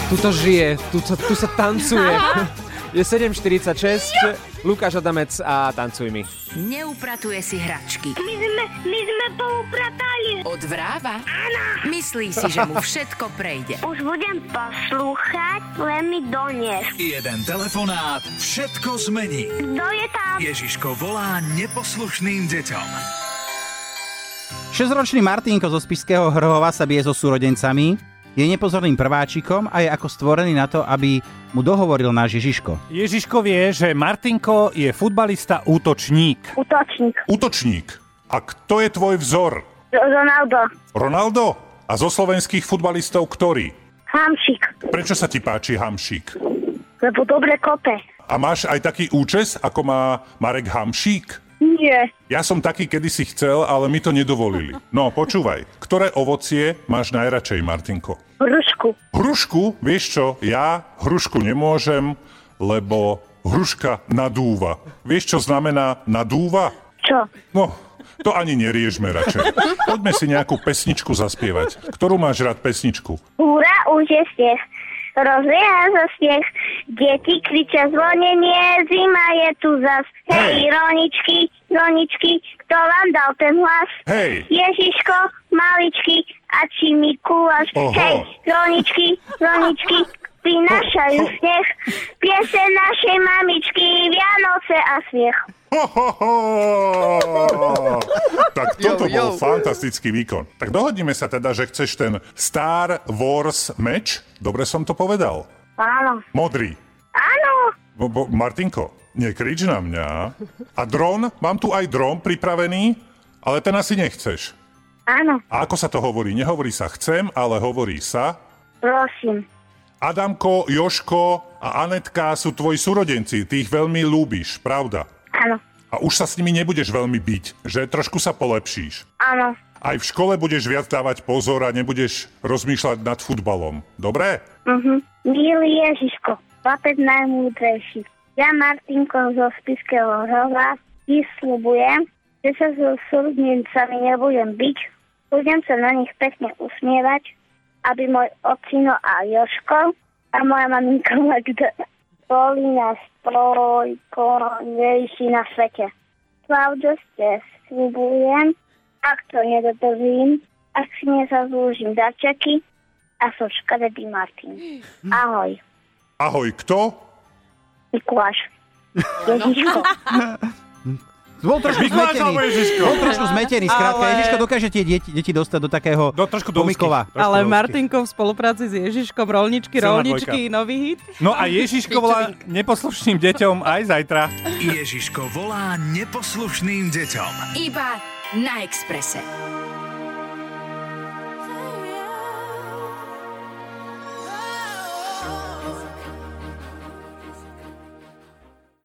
Tu to žije, tu sa tancuje. Je 7:46, Lukáš Adamec a Tancuj mi. Neupratuje si hračky. My sme poupratali. Odvráva? Áno. Myslí si, že mu všetko prejde. Už budem poslúchať, len mi donies. Jeden telefonát všetko zmení. Kto je tam? Ježiško volá neposlušným deťom. 6-ročný Martinko zo Spišského Hrhova sa bije so súrodencami, je nepozorným prváčikom a je ako stvorený na to, aby mu dohovoril náš Ježiško. Ježiško vie, že Martinko je futbalista útočník. Útočník. A kto je tvoj vzor? Ronaldo. Ronaldo? A zo slovenských futbalistov ktorý? Hamšík. Prečo sa ti páči Hamšík? Lebo dobre kope. A máš aj taký účes, ako má Marek Hamšík? Nie. Ja som taký kedysi chcel, ale mi to nedovolili. No, počúvaj, ktoré ovocie máš najradšej, Martinko? Hrušku. Hrušku? Vieš čo, ja hrušku nemôžem, lebo hruška nadúva. Vieš, čo znamená nadúva? Čo? No, to ani neriešme radšej. Poďme si nejakú pesničku zaspievať. Ktorú máš rád pesničku? Húra, už je sneh. Rozlieha sa sneh. Deti kričia zvonenie, zima je tu zas. Hej, Roničky, kto vám dal ten hlas? Hej. Ježiško, maličky, a či mi kúlaš? Hej, Roničky, prinášajú sneh. Pieseň našej mamičky, Vianoce a smiech. Tak toto bol fantastický výkon. Tak dohodnime sa teda, že chceš ten Star Wars meč? Dobre som to povedal? Áno. Modrý. Áno. Martinko, nekrič na mňa. A dron? Mám tu aj dron pripravený, ale ten asi nechceš. Áno. A ako sa to hovorí? Nehovorí sa chcem, ale hovorí sa... Prosím. Adamko, Joško a Anetka sú tvoji súrodenci. Ty ich veľmi ľúbiš, pravda? Áno. A už sa s nimi nebudeš veľmi biť, že trošku sa polepšíš. Áno. Aj v škole budeš viac dávať pozor a nebudeš rozmýšľať nad futbalom. Dobre? Milý Ježiško, chlapec najmúdrejší. Ja, Martinko zo Spišského Hrhova, ti sľubujem, že sa so súrodencami nebudem biť. Budem sa na nich pekne usmievať, aby môj ocino a Joško a moja maminka Magda boli na spokojnejší na svete. Klaudio, ste sľubujem, ak to nedodržím, ak si nezaslúžim darčeky a som škaredý Martin. Ahoj. Ahoj, kto? Mikuláš. Ježiško. Bol trošku zmetený, skrátka. Ježiško dokáže tie deti dostať do takého komikova. Ale Martinko v spolupráci s Ježiškom, rolničky, nový hit. No a Ježiško volá neposlušným deťom aj zajtra. Ježiško volá neposlušným deťom. Iba na Expresse.